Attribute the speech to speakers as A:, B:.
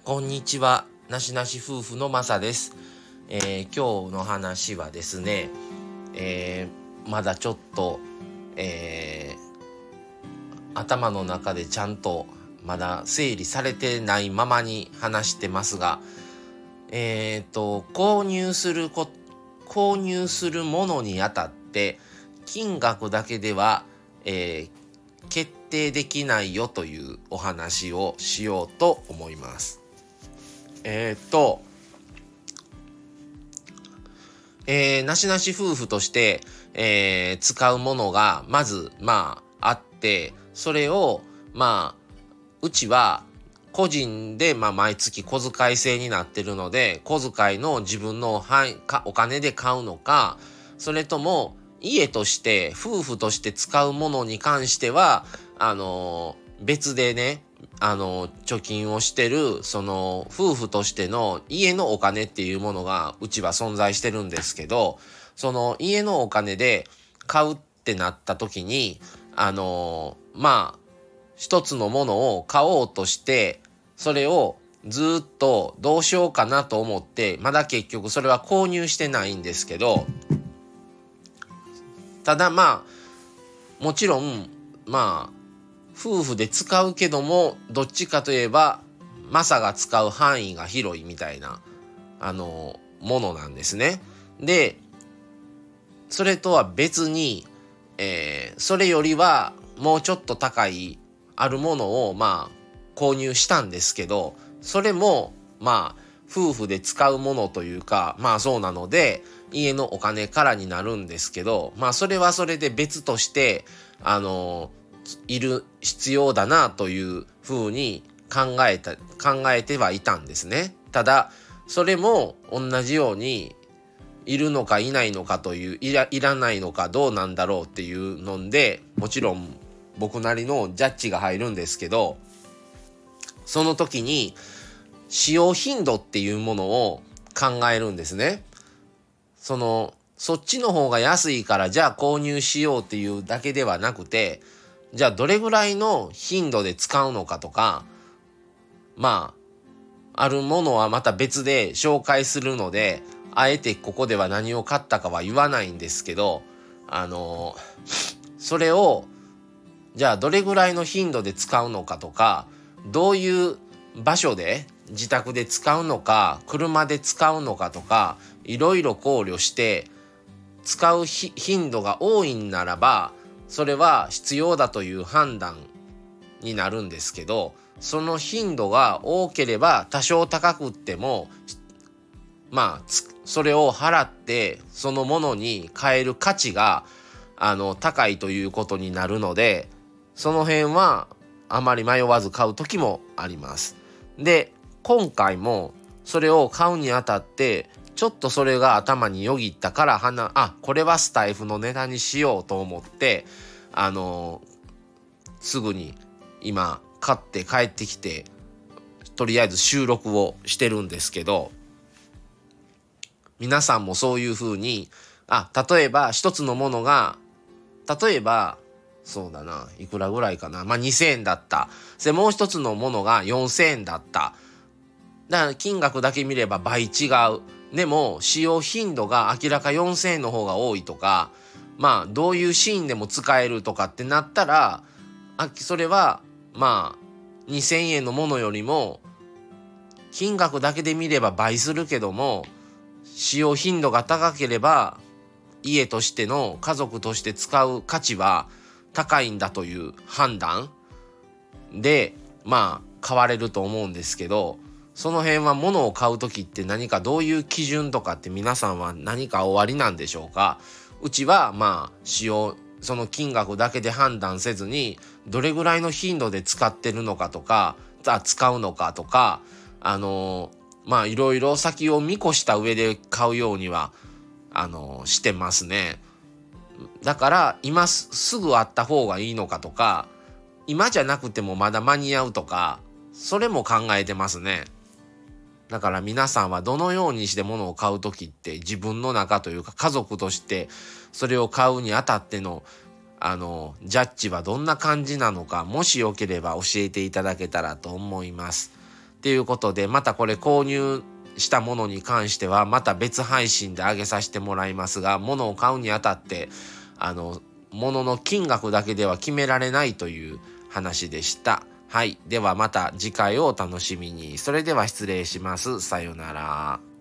A: こんにちは、なしなし夫婦のまさです。今日の話はですね、まだちょっと、頭の中でちゃんとまだ整理されてないままに話してますが、購入するものにあたって金額だけでは、決定できないよというお話をしようと思います。なしなし夫婦として、使うものがまずあって、それをうちは個人で毎月小遣い制になってるので、小遣いの自分のお金で買うのか、それとも家として夫婦として使うものに関しては別でね、貯金をしてるその夫婦としての家のお金っていうものがうちは存在してるんですけど、その家のお金で買うってなった時に一つのものを買おうとして、それをずっとどうしようかなと思って、まだ結局それは購入してないんですけど、ただもちろん夫婦で使うけども、どっちかといえばマサが使う範囲が広いみたいなものなんですね。で、それとは別に、それよりはもうちょっと高いあるものを購入したんですけど、それも夫婦で使うものというかそうなので家のお金からになるんですけど、それはそれで別として必要だなというふうに考えてはいたんですね。ただそれも同じようにいるのかいないのかという、いらないのかどうなんだろうっていうので、もちろん僕なりのジャッジが入るんですけど、その時に使用頻度っていうものを考えるんですね。そっちの方が安いからじゃあ購入しようっていうだけではなくて、じゃあどれぐらいの頻度で使うのかとか、あるものはまた別で紹介するので、あえてここでは何を買ったかは言わないんですけど、それをじゃあどれぐらいの頻度で使うのかとか、どういう場所で自宅で使うのか、車で使うのかとか、いろいろ考慮して使う頻度が多いんならば、それは必要だという判断になるんですけど、その頻度が多ければ多少高くってもそれを払ってそのものに変える価値が高いということになるので、その辺はあまり迷わず買う時もあります。で、今回もそれを買うにあたってちょっとそれが頭によぎったからこれはスタイフのネタにしようと思ってすぐに今買って帰ってきて、とりあえず収録をしてるんですけど、皆さんもそういう風に例えば一つのものがそうだな、いくらぐらいかな、2000円だった。でもう一つのものが4000円だった。だから金額だけ見れば倍違う。でも使用頻度が明らか4000円の方が多いとか、どういうシーンでも使えるとかってなったら、それは2000円のものよりも金額だけで見れば倍するけども、使用頻度が高ければ家としての家族として使う価値は高いんだという判断で買われると思うんですけど、その辺は物を買う時って何かどういう基準とかって皆さんは何かおありなんでしょうか。うちはその金額だけで判断せずに、どれぐらいの頻度で使ってるのかとか使うのかとか、いろいろ先を見越した上で買うようにはしてますね。だから今すぐあった方がいいのかとか、今じゃなくてもまだ間に合うとか、それも考えてますね。だから皆さんはどのようにして物を買うときって自分の中というか家族としてそれを買うにあたってのジャッジはどんな感じなのか、もしよければ教えていただけたらと思います。 っていうことで、またこれ購入したものに関してはまた別配信で上げさせてもらいますが、物を買うにあたって物の金額だけでは決められないという話でした。はい。ではまた次回をお楽しみに。それでは失礼します。さようなら。